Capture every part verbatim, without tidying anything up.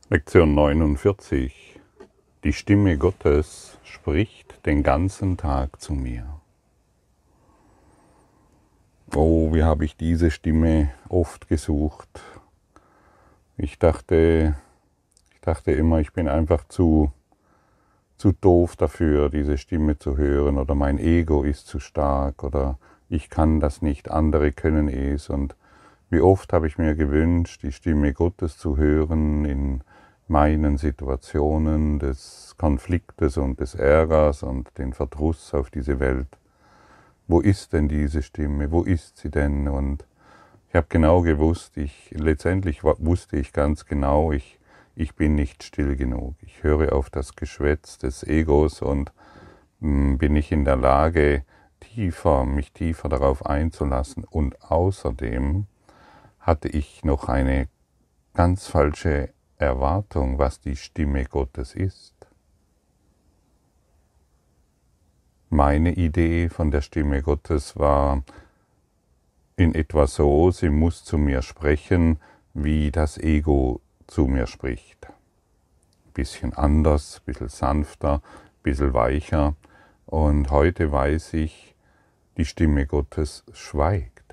Lektion neunundvierzig. Die Stimme Gottes spricht den ganzen Tag zu mir. Oh, wie habe ich diese Stimme oft gesucht. Ich dachte, ich dachte immer, ich bin einfach zu, zu doof dafür, diese Stimme zu hören, oder mein Ego ist zu stark, oder ich kann das nicht, andere können es. Und wie oft habe ich mir gewünscht, die Stimme Gottes zu hören in meinen Situationen des Konfliktes und des Ärgers und den Verdruss auf diese Welt. Wo ist denn diese Stimme? Wo ist sie denn? Und ich habe genau gewusst, ich, letztendlich wusste ich ganz genau, ich, ich bin nicht still genug. Ich höre auf das Geschwätz des Egos und mh, bin nicht in der Lage, tiefer, mich tiefer darauf einzulassen. Und außerdem hatte ich noch eine ganz falsche Erwartung, was die Stimme Gottes ist. Meine Idee von der Stimme Gottes war in etwa so, sie muss zu mir sprechen, wie das Ego zu mir spricht. Ein bisschen anders, ein bisschen sanfter, ein bisschen weicher. Und heute weiß ich, die Stimme Gottes schweigt.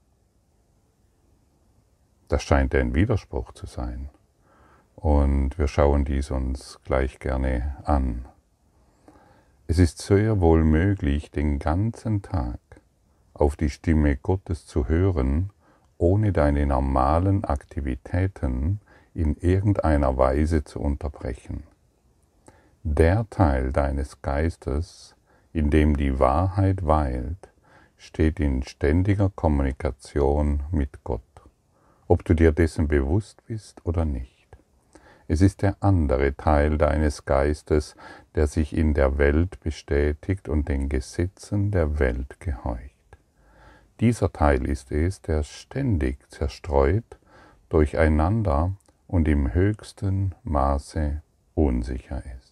Das scheint ein Widerspruch zu sein. Und wir schauen dies uns gleich gerne an. Es ist sehr wohl möglich, den ganzen Tag auf die Stimme Gottes zu hören, ohne deine normalen Aktivitäten in irgendeiner Weise zu unterbrechen. Der Teil deines Geistes, in dem die Wahrheit weilt, steht in ständiger Kommunikation mit Gott, ob du dir dessen bewusst bist oder nicht. Es ist der andere Teil deines Geistes, der sich in der Welt bestätigt und den Gesetzen der Welt gehorcht. Dieser Teil ist es, der ständig zerstreut, durcheinander und im höchsten Maße unsicher ist.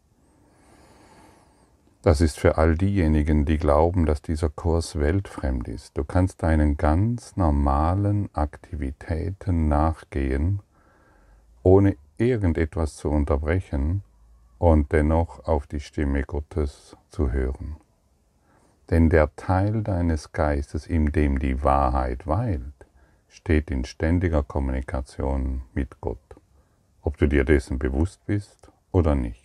Das ist für all diejenigen, die glauben, dass dieser Kurs weltfremd ist. Du kannst deinen ganz normalen Aktivitäten nachgehen, ohne irgendetwas zu unterbrechen und dennoch auf die Stimme Gottes zu hören. Denn der Teil deines Geistes, in dem die Wahrheit weilt, steht in ständiger Kommunikation mit Gott, ob du dir dessen bewusst bist oder nicht.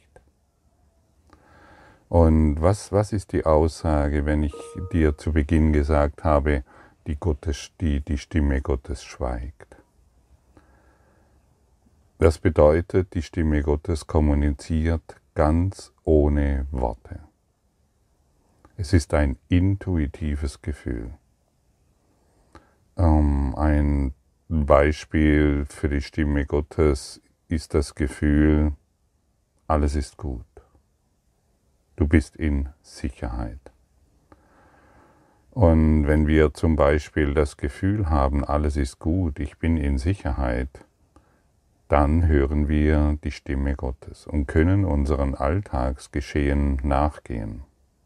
Und was, was ist die Aussage, wenn ich dir zu Beginn gesagt habe, die, Gottes, die, die Stimme Gottes schweigt? Das bedeutet, die Stimme Gottes kommuniziert ganz ohne Worte. Es ist ein intuitives Gefühl. Ähm, ein Beispiel für die Stimme Gottes ist das Gefühl, alles ist gut. Du bist in Sicherheit. Und wenn wir zum Beispiel das Gefühl haben, alles ist gut, ich bin in Sicherheit, dann hören wir die Stimme Gottes und können unseren Alltagsgeschehen nachgehen.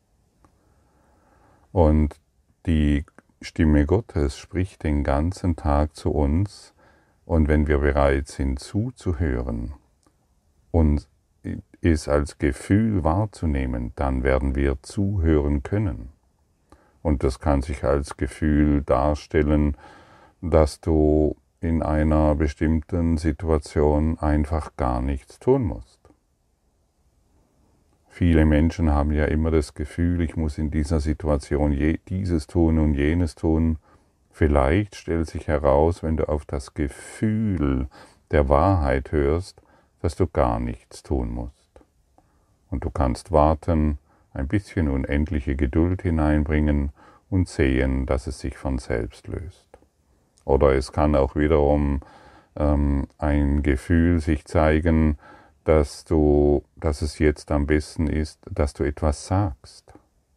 Und die Stimme Gottes spricht den ganzen Tag zu uns, und wenn wir bereit sind zuzuhören und es als Gefühl wahrzunehmen, dann werden wir zuhören können. Und das kann sich als Gefühl darstellen, dass du in einer bestimmten Situation einfach gar nichts tun musst. Viele Menschen haben ja immer das Gefühl, ich muss in dieser Situation je, dieses tun und jenes tun. Vielleicht stellt sich heraus, wenn du auf das Gefühl der Wahrheit hörst, dass du gar nichts tun musst. Und du kannst warten, ein bisschen unendliche Geduld hineinbringen und sehen, dass es sich von selbst löst. Oder es kann auch wiederum ähm, ein Gefühl sich zeigen, dass, du, dass es jetzt am besten ist, dass du etwas sagst,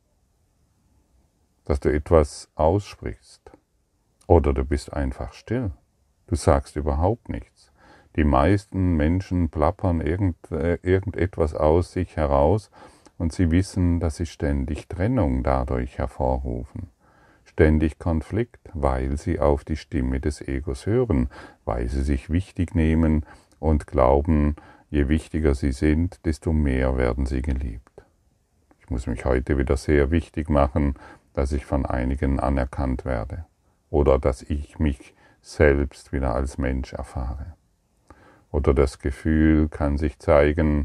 dass du etwas aussprichst. Oder du bist einfach still. Du sagst überhaupt nichts. Die meisten Menschen plappern irgend, äh, irgendetwas aus sich heraus und sie wissen, dass sie ständig Trennung dadurch hervorrufen. Ständig Konflikt, weil sie auf die Stimme des Egos hören, weil sie sich wichtig nehmen und glauben, je wichtiger sie sind, desto mehr werden sie geliebt. Ich muss mich heute wieder sehr wichtig machen, dass ich von einigen anerkannt werde oder dass ich mich selbst wieder als Mensch erfahre. Oder das Gefühl kann sich zeigen,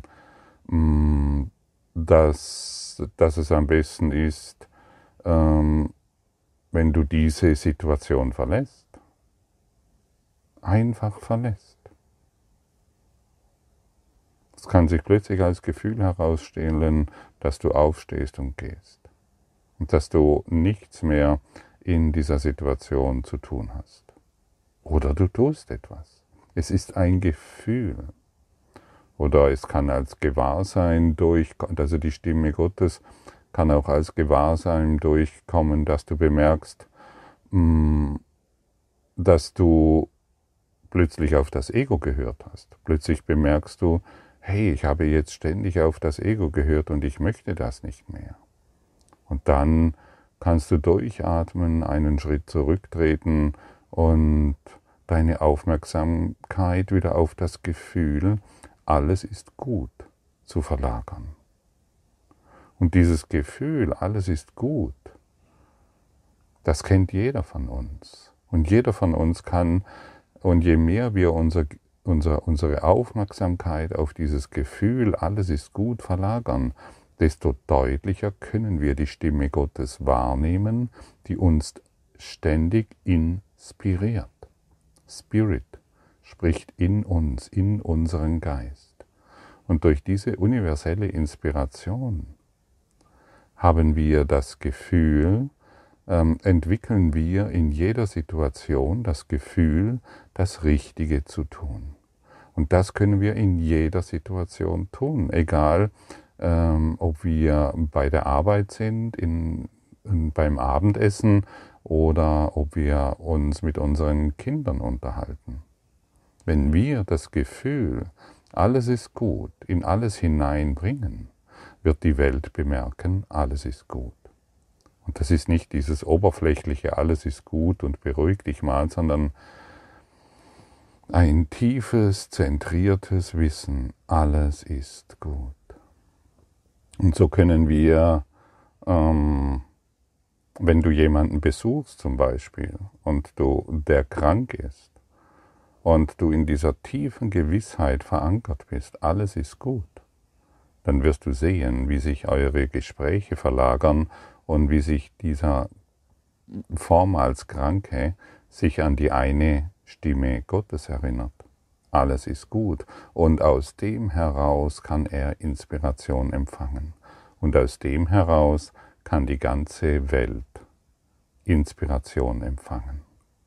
dass, dass es am besten ist, ähm, wenn du diese Situation verlässt. Einfach verlässt. Es kann sich plötzlich als Gefühl herausstellen, dass du aufstehst und gehst. Und dass du nichts mehr in dieser Situation zu tun hast. Oder du tust etwas. Es ist ein Gefühl. Oder es kann als Gewahrsein durchkommen, also die Stimme Gottes kann auch als Gewahrsein durchkommen, dass du bemerkst, dass du plötzlich auf das Ego gehört hast. Plötzlich bemerkst du, hey, ich habe jetzt ständig auf das Ego gehört und ich möchte das nicht mehr. Und dann kannst du durchatmen, einen Schritt zurücktreten und deine Aufmerksamkeit wieder auf das Gefühl, alles ist gut, zu verlagern. Und dieses Gefühl, alles ist gut, das kennt jeder von uns. Und jeder von uns kann, und je mehr wir unser, unser, unsere Aufmerksamkeit auf dieses Gefühl, alles ist gut, verlagern, desto deutlicher können wir die Stimme Gottes wahrnehmen, die uns ständig inspiriert. Spirit spricht in uns, in unseren Geist. Und durch diese universelle Inspiration haben wir das Gefühl, ähm, entwickeln wir in jeder Situation das Gefühl, das Richtige zu tun. Und das können wir in jeder Situation tun, egal ähm, ob wir bei der Arbeit sind, in, in, beim Abendessen oder ob wir uns mit unseren Kindern unterhalten. Wenn wir das Gefühl, alles ist gut, in alles hineinbringen, wird die Welt bemerken, alles ist gut. Und das ist nicht dieses oberflächliche, alles ist gut und beruhig dich mal, sondern ein tiefes, zentriertes Wissen, alles ist gut. Und so können wir, ähm, wenn du jemanden besuchst zum Beispiel und du, der krank ist und du in dieser tiefen Gewissheit verankert bist, alles ist gut, dann wirst du sehen, wie sich eure Gespräche verlagern und wie sich dieser vormals Kranke sich an die eine Stimme Gottes erinnert. Alles ist gut und aus dem heraus kann er Inspiration empfangen. Und aus dem heraus kann die ganze Welt Inspiration empfangen.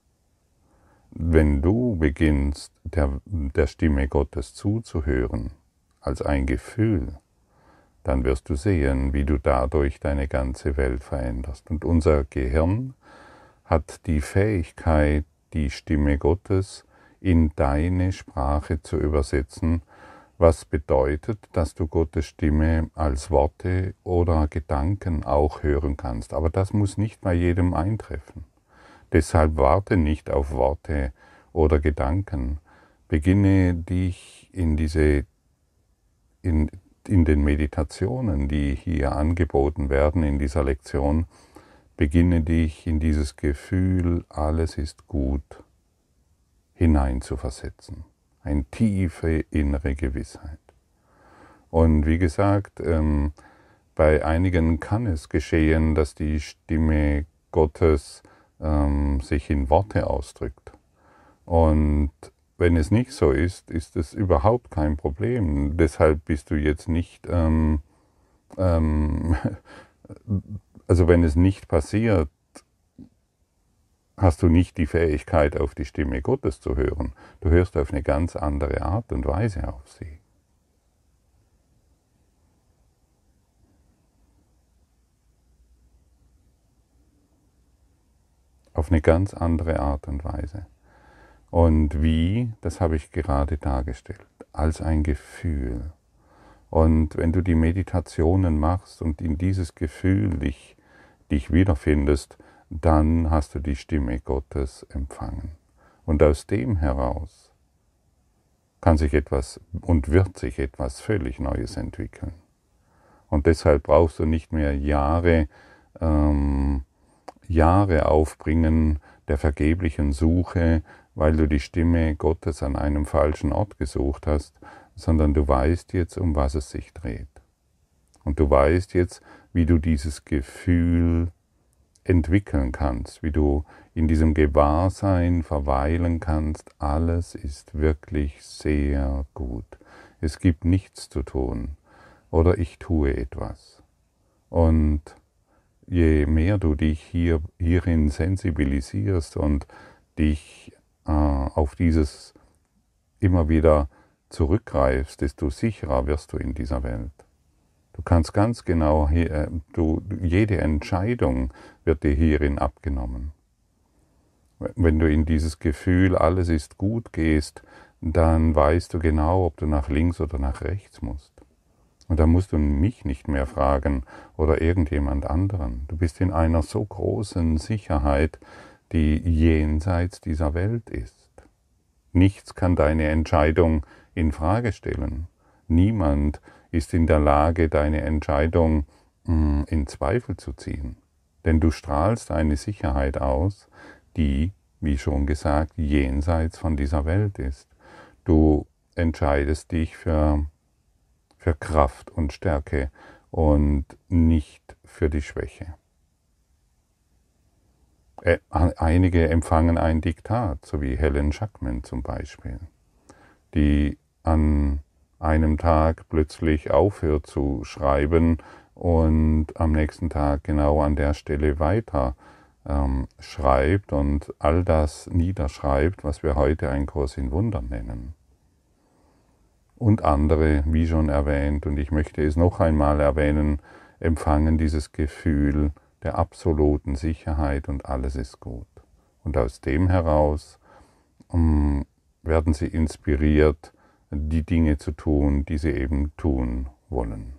Wenn du beginnst, der, der Stimme Gottes zuzuhören, als ein Gefühl, dann wirst du sehen, wie du dadurch deine ganze Welt veränderst. Und unser Gehirn hat die Fähigkeit, die Stimme Gottes in deine Sprache zu übersetzen, was bedeutet, dass du Gottes Stimme als Worte oder Gedanken auch hören kannst. Aber das muss nicht bei jedem eintreffen. Deshalb warte nicht auf Worte oder Gedanken. Beginne dich in diese, in, in den Meditationen, die hier angeboten werden in dieser Lektion, beginne dich in dieses Gefühl, alles ist gut, hineinzuversetzen. Eine tiefe innere Gewissheit. Und wie gesagt, ähm, bei einigen kann es geschehen, dass die Stimme Gottes ähm, sich in Worte ausdrückt. Und wenn es nicht so ist, ist es überhaupt kein Problem. Deshalb bist du jetzt nicht, ähm, ähm, also wenn es nicht passiert, hast du nicht die Fähigkeit, auf die Stimme Gottes zu hören. Du hörst auf eine ganz andere Art und Weise auf sie. Auf eine ganz andere Art und Weise. Und wie, das habe ich gerade dargestellt, als ein Gefühl. Und wenn du die Meditationen machst und in dieses Gefühl dich, dich wiederfindest, dann hast du die Stimme Gottes empfangen. Und aus dem heraus kann sich etwas und wird sich etwas völlig Neues entwickeln. Und deshalb brauchst du nicht mehr Jahre, ähm, Jahre aufbringen der vergeblichen Suche, weil du die Stimme Gottes an einem falschen Ort gesucht hast, sondern du weißt jetzt, um was es sich dreht. Und du weißt jetzt, wie du dieses Gefühl entwickeln kannst, wie du in diesem Gewahrsein verweilen kannst, alles ist wirklich sehr gut. Es gibt nichts zu tun oder ich tue etwas. Und je mehr du dich hier, hierin sensibilisierst und dich äh, auf dieses immer wieder zurückgreifst, desto sicherer wirst du in dieser Welt. Du kannst ganz genau, äh, du, jede Entscheidung wird dir hierin abgenommen. Wenn du in dieses Gefühl, alles ist gut gehst, dann weißt du genau, ob du nach links oder nach rechts musst. Und da musst du mich nicht mehr fragen oder irgendjemand anderen. Du bist in einer so großen Sicherheit, die jenseits dieser Welt ist. Nichts kann deine Entscheidung in Frage stellen. Niemand ist in der Lage, deine Entscheidung mh, in Zweifel zu ziehen. Denn du strahlst eine Sicherheit aus, die, wie schon gesagt, jenseits von dieser Welt ist. Du entscheidest dich für, für Kraft und Stärke und nicht für die Schwäche. Einige empfangen ein Diktat, so wie Helen Schackman zum Beispiel, die an einem Tag plötzlich aufhört zu schreiben und am nächsten Tag genau an der Stelle weiter ähm, schreibt und all das niederschreibt, was wir heute ein Kurs in Wundern nennen. Und andere, wie schon erwähnt, und ich möchte es noch einmal erwähnen, empfangen dieses Gefühl der absoluten Sicherheit und alles ist gut. Und aus dem heraus ähm, werden sie inspiriert, die Dinge zu tun, die sie eben tun wollen.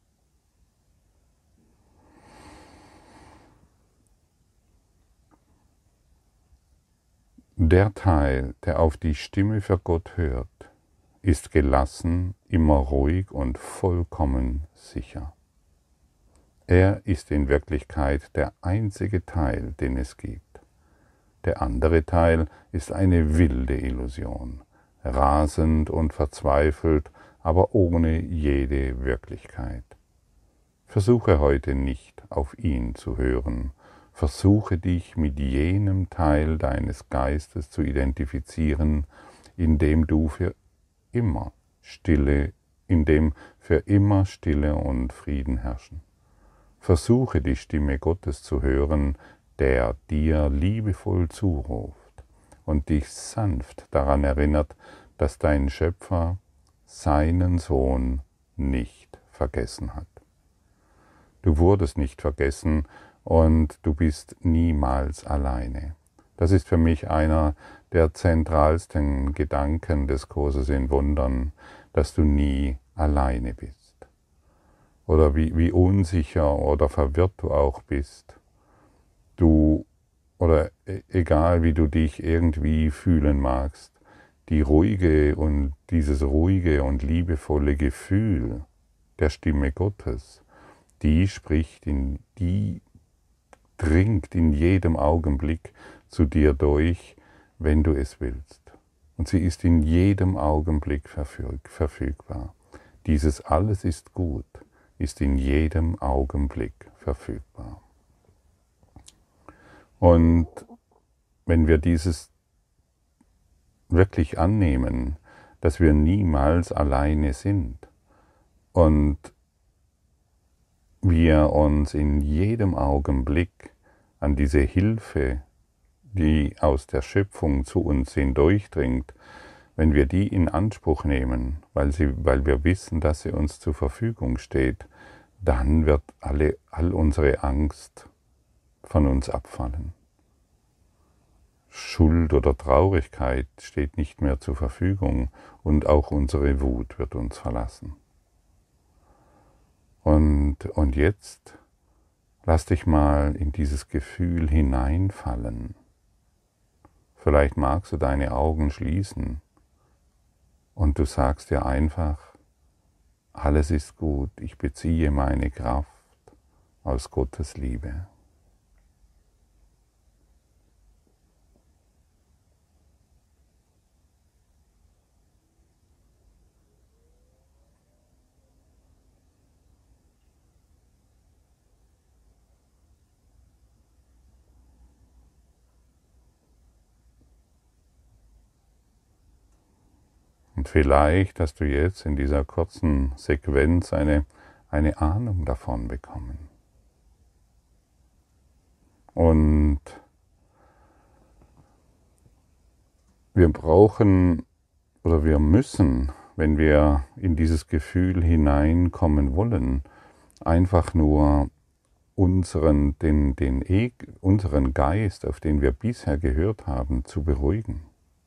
Der Teil, der auf die Stimme für Gott hört, ist gelassen, immer ruhig und vollkommen sicher. Er ist in Wirklichkeit der einzige Teil, den es gibt. Der andere Teil ist eine wilde Illusion, rasend und verzweifelt, aber ohne jede Wirklichkeit. Versuche heute nicht auf ihn zu hören, versuche dich mit jenem Teil deines Geistes zu identifizieren, in dem du für immer Stille, in dem für immer Stille und Frieden herrschen. Versuche die Stimme Gottes zu hören, der dir liebevoll zuruft und dich sanft daran erinnert, dass dein Schöpfer seinen Sohn nicht vergessen hat. Du wurdest nicht vergessen und du bist niemals alleine. Das ist für mich einer der zentralsten Gedanken des Kurses in Wundern, dass du nie alleine bist. Oder wie, wie unsicher oder verwirrt du auch bist. Du, oder egal wie du dich irgendwie fühlen magst, die ruhige und dieses ruhige und liebevolle Gefühl der Stimme Gottes, die spricht in, die dringt in jedem Augenblick zu dir durch, wenn du es willst. Und sie ist in jedem Augenblick verfügbar. Dieses alles ist gut, ist in jedem Augenblick verfügbar. Und wenn wir dieses wirklich annehmen, dass wir niemals alleine sind und wir uns in jedem Augenblick an diese Hilfe, die aus der Schöpfung zu uns hindurchdringt, wenn wir die in Anspruch nehmen, weil, sie, weil wir wissen, dass sie uns zur Verfügung steht, dann wird alle, all unsere Angst von uns abfallen. Schuld oder Traurigkeit steht nicht mehr zur Verfügung und auch unsere Wut wird uns verlassen. Und, und jetzt lass dich mal in dieses Gefühl hineinfallen. Vielleicht magst du deine Augen schließen Und du sagst dir einfach, alles ist gut, ich beziehe meine Kraft aus Gottes Liebe. Und vielleicht hast du jetzt in dieser kurzen Sequenz eine, eine Ahnung davon bekommen. Und wir brauchen oder wir müssen, wenn wir in dieses Gefühl hineinkommen wollen, einfach nur unseren, den, den e unseren Geist, auf den wir bisher gehört haben, zu beruhigen.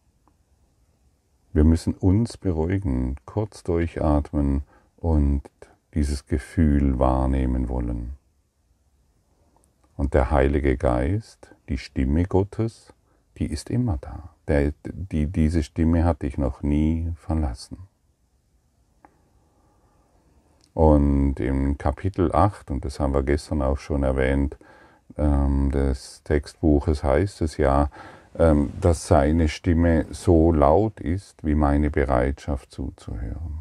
Wir müssen uns beruhigen, kurz durchatmen und dieses Gefühl wahrnehmen wollen. Und der Heilige Geist, die Stimme Gottes, die ist immer da. Der, die, diese Stimme hat dich noch nie verlassen. Und im Kapitel acht, und das haben wir gestern auch schon erwähnt, ähm, des Textbuches heißt es ja, ähm, dass seine Stimme so laut ist, wie meine Bereitschaft zuzuhören.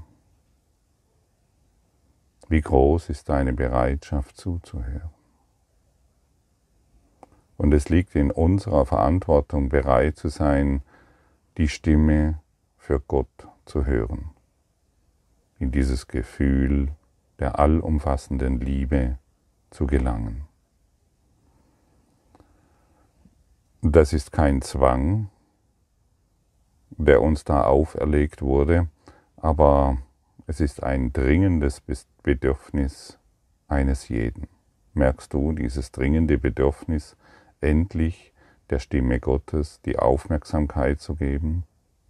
Wie groß ist deine Bereitschaft zuzuhören? Und es liegt in unserer Verantwortung, bereit zu sein, die Stimme für Gott zu hören. In dieses Gefühl der allumfassenden Liebe zu gelangen. Das ist kein Zwang, der uns da auferlegt wurde, aber es ist ein dringendes Bedürfnis eines jeden. Merkst du dieses dringende Bedürfnis, endlich der Stimme Gottes die Aufmerksamkeit zu geben,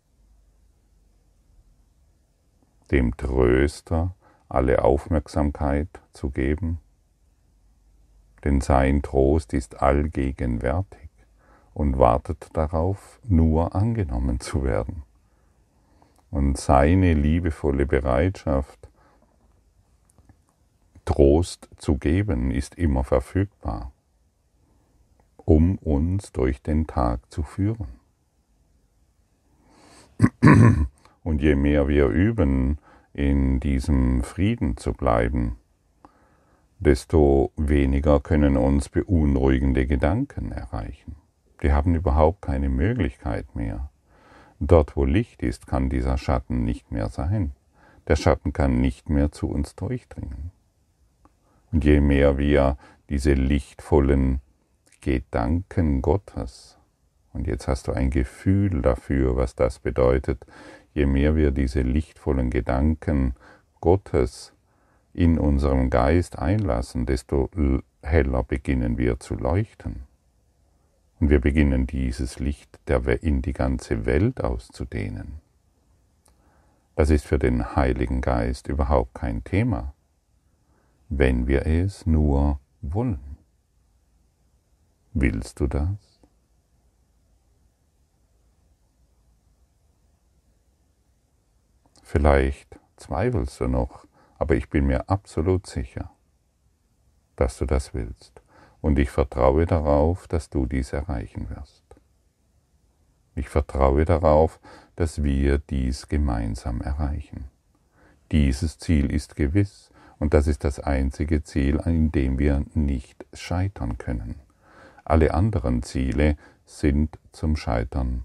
dem Tröster alle Aufmerksamkeit zu geben? Denn sein Trost ist allgegenwärtig und wartet darauf, nur angenommen zu werden. Und seine liebevolle Bereitschaft, Trost zu geben, ist immer verfügbar, um uns durch den Tag zu führen. Und je mehr wir üben, in diesem Frieden zu bleiben, desto weniger können uns beunruhigende Gedanken erreichen. Die haben überhaupt keine Möglichkeit mehr. Dort, wo Licht ist, kann dieser Schatten nicht mehr sein. Der Schatten kann nicht mehr zu uns durchdringen. Und je mehr wir diese lichtvollen Gedanken Gottes, und jetzt hast du ein Gefühl dafür, was das bedeutet, je mehr wir diese lichtvollen Gedanken Gottes in unserem Geist einlassen, desto heller beginnen wir zu leuchten. Und wir beginnen dieses Licht in die ganze Welt auszudehnen. Das ist für den Heiligen Geist überhaupt kein Thema, wenn wir es nur wollen. Willst du das? Vielleicht zweifelst du noch, aber ich bin mir absolut sicher, dass du das willst. Und ich vertraue darauf, dass du dies erreichen wirst. Ich vertraue darauf, dass wir dies gemeinsam erreichen. Dieses Ziel ist gewiss und das ist das einzige Ziel, an dem wir nicht scheitern können. Alle anderen Ziele sind zum Scheitern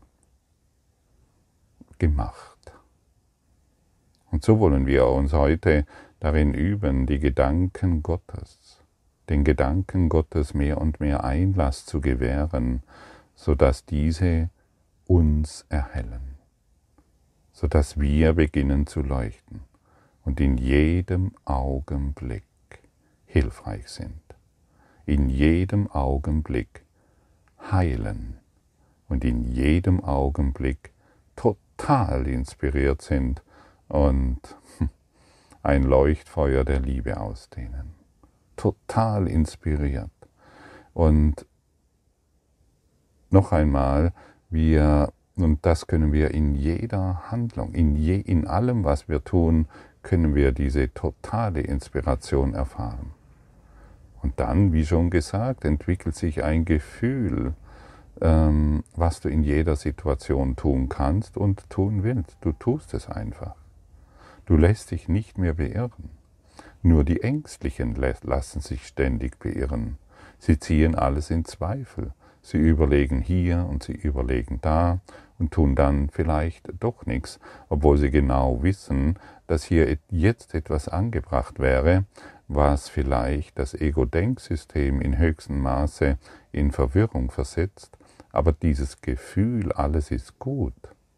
gemacht. Und so wollen wir uns heute darin üben, die Gedanken Gottes, den Gedanken Gottes mehr und mehr Einlass zu gewähren, sodass diese uns erhellen, sodass wir beginnen zu leuchten und in jedem Augenblick hilfreich sind, in jedem Augenblick heilen und in jedem Augenblick total inspiriert sind und ein Leuchtfeuer der Liebe ausdehnen. Total inspiriert. Und noch einmal, wir, und das können wir in jeder Handlung, in, je, in allem, was wir tun, können wir diese totale Inspiration erfahren. Und dann, wie schon gesagt, entwickelt sich ein Gefühl, ähm, was du in jeder Situation tun kannst und tun willst. Du tust es einfach. Du lässt dich nicht mehr beirren. Nur die Ängstlichen lassen sich ständig beirren. Sie ziehen alles in Zweifel. Sie überlegen hier und sie überlegen da und tun dann vielleicht doch nichts, obwohl sie genau wissen, dass hier jetzt etwas angebracht wäre, was vielleicht das Ego-Denksystem in höchstem Maße in Verwirrung versetzt, aber dieses Gefühl, alles ist gut,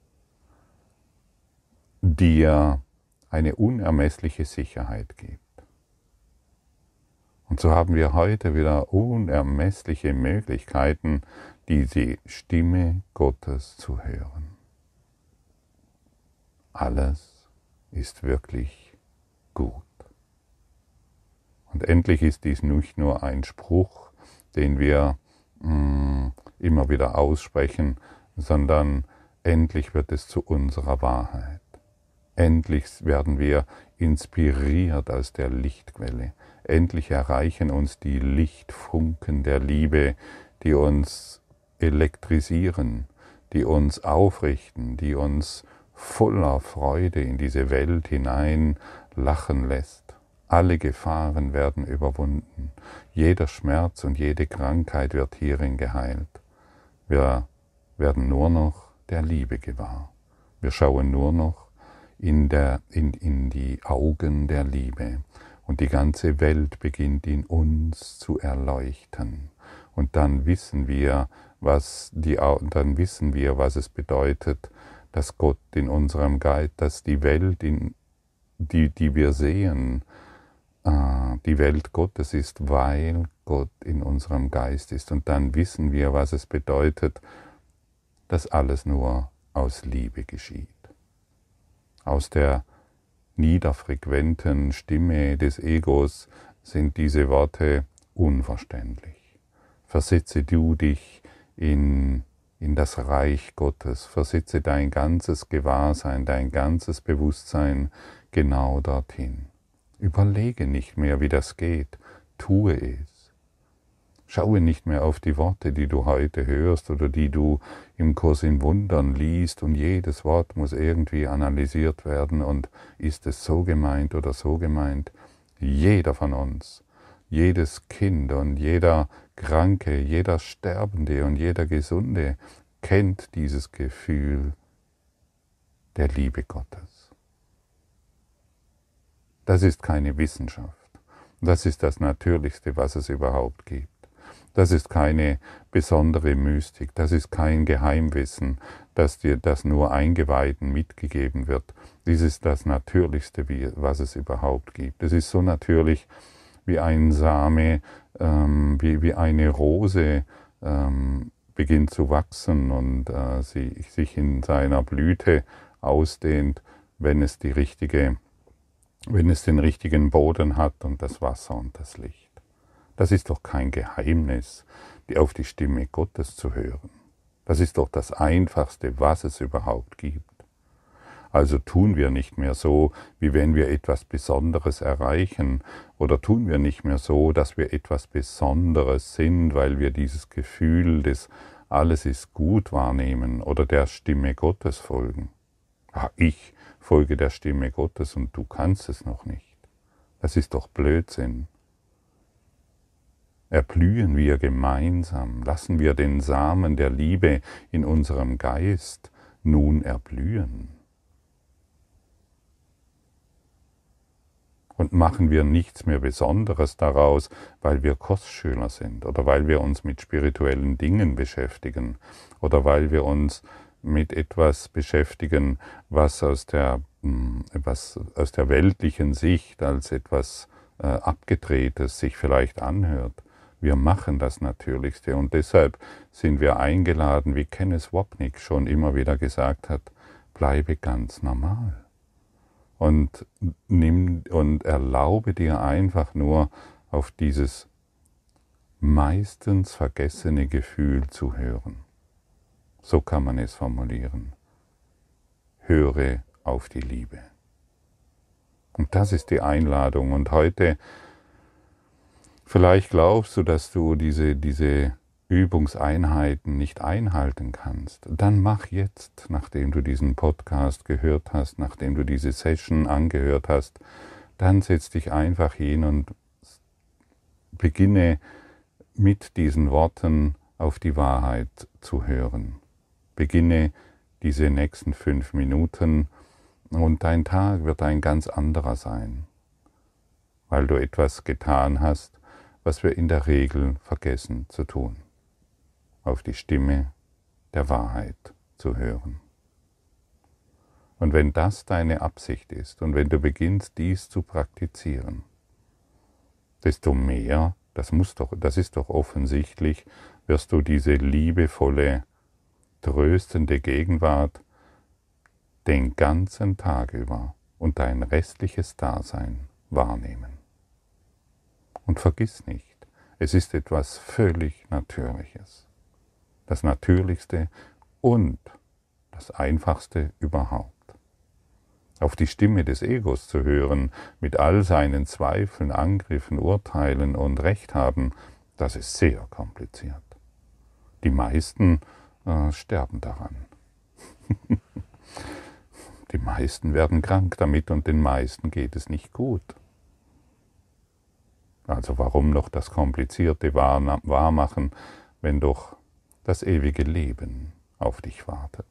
dir eine unermessliche Sicherheit gibt. Und so haben wir heute wieder unermessliche Möglichkeiten, diese Stimme Gottes zu hören. Alles ist wirklich gut. Und endlich ist dies nicht nur ein Spruch, den wir mh, immer wieder aussprechen, sondern endlich wird es zu unserer Wahrheit. Endlich werden wir inspiriert aus der Lichtquelle. Endlich erreichen uns die Lichtfunken der Liebe, die uns elektrisieren, die uns aufrichten, die uns voller Freude in diese Welt hinein lachen lässt. Alle Gefahren werden überwunden. Jeder Schmerz und jede Krankheit wird hierin geheilt. Wir werden nur noch der Liebe gewahr. Wir schauen nur noch in, der, in, in die Augen der Liebe. Und die ganze Welt beginnt in uns zu erleuchten. Und dann wissen wir, was die, dann wissen wir, was es bedeutet, dass Gott in unserem Geist, dass die Welt, in, die, die wir sehen, die Welt Gottes ist, weil Gott in unserem Geist ist. Und dann wissen wir, was es bedeutet, dass alles nur aus Liebe geschieht. Aus der niederfrequenten Stimme des Egos sind diese Worte unverständlich. Versetze du dich in, in das Reich Gottes, versetze dein ganzes Gewahrsein, dein ganzes Bewusstsein genau dorthin. Überlege nicht mehr, wie das geht, tue es. Schaue nicht mehr auf die Worte, die du heute hörst oder die du im Kurs in Wundern liest und jedes Wort muss irgendwie analysiert werden und ist es so gemeint oder so gemeint. Jeder von uns, jedes Kind und jeder Kranke, jeder Sterbende und jeder Gesunde kennt dieses Gefühl der Liebe Gottes. Das ist keine Wissenschaft. Das ist das Natürlichste, was es überhaupt gibt. Das ist keine besondere Mystik, das ist kein Geheimwissen, das dir das nur Eingeweihten mitgegeben wird. Dies ist das Natürlichste, was es überhaupt gibt. Es ist so natürlich wie ein Same, ähm, wie, wie eine Rose ähm, beginnt zu wachsen und äh, sie, sich in seiner Blüte ausdehnt, wenn es die richtige, wenn es den richtigen Boden hat und das Wasser und das Licht. Das ist doch kein Geheimnis, auf die Stimme Gottes zu hören. Das ist doch das Einfachste, was es überhaupt gibt. Also tun wir nicht mehr so, wie wenn wir etwas Besonderes erreichen, oder tun wir nicht mehr so, dass wir etwas Besonderes sind, weil wir dieses Gefühl des Alles ist gut wahrnehmen oder der Stimme Gottes folgen. Ach, ich folge der Stimme Gottes und du kannst es noch nicht. Das ist doch Blödsinn. Erblühen wir gemeinsam, lassen wir den Samen der Liebe in unserem Geist nun erblühen. Und machen wir nichts mehr Besonderes daraus, weil wir Kursschüler sind oder weil wir uns mit spirituellen Dingen beschäftigen oder weil wir uns mit etwas beschäftigen, was aus der, was aus der weltlichen Sicht als etwas äh, Abgedrehtes sich vielleicht anhört. Wir machen das Natürlichste und deshalb sind wir eingeladen, wie Kenneth Wapnick schon immer wieder gesagt hat, bleibe ganz normal und nimm und erlaube dir einfach nur auf dieses meistens vergessene Gefühl zu hören. So kann man es formulieren. Höre auf die Liebe. Und das ist die Einladung. Und heute, vielleicht glaubst du, dass du diese, diese Übungseinheiten nicht einhalten kannst. Dann mach jetzt, nachdem du diesen Podcast gehört hast, nachdem du diese Session angehört hast, dann setz dich einfach hin und beginne mit diesen Worten auf die Wahrheit zu hören. Beginne diese nächsten fünf Minuten und dein Tag wird ein ganz anderer sein, weil du etwas getan hast, was wir in der Regel vergessen zu tun. Auf die Stimme der Wahrheit zu hören. Und wenn das deine Absicht ist und wenn du beginnst, dies zu praktizieren, desto mehr, das muss doch, das ist doch offensichtlich, wirst du diese liebevolle, tröstende Gegenwart den ganzen Tag über und dein restliches Dasein wahrnehmen. Und vergiss nicht, es ist etwas völlig Natürliches. Das Natürlichste und das Einfachste überhaupt. Auf die Stimme des Egos zu hören, mit all seinen Zweifeln, Angriffen, Urteilen und Recht haben, das ist sehr kompliziert. Die meisten äh, sterben daran. Die meisten werden krank damit und den meisten geht es nicht gut. Also warum noch das Komplizierte wahrmachen, wenn doch das ewige Leben auf dich wartet?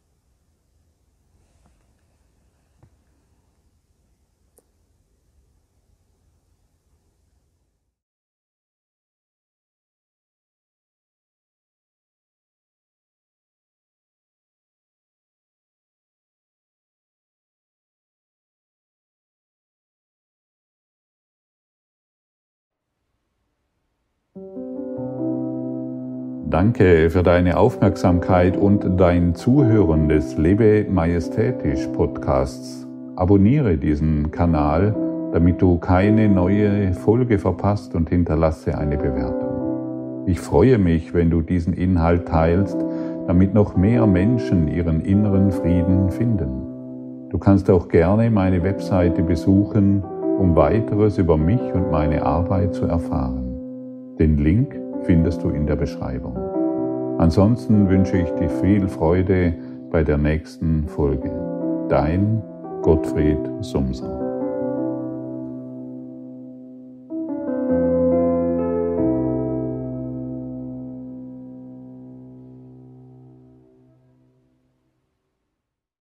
Danke für deine Aufmerksamkeit und dein Zuhören des Lebe Majestätisch Podcasts. Abonniere diesen Kanal, damit du keine neue Folge verpasst und hinterlasse eine Bewertung. Ich freue mich, wenn du diesen Inhalt teilst, damit noch mehr Menschen ihren inneren Frieden finden. Du kannst auch gerne meine Webseite besuchen, um weiteres über mich und meine Arbeit zu erfahren. Den Link findest du in der Beschreibung. Ansonsten wünsche ich dir viel Freude bei der nächsten Folge. Dein Gottfried Sumser.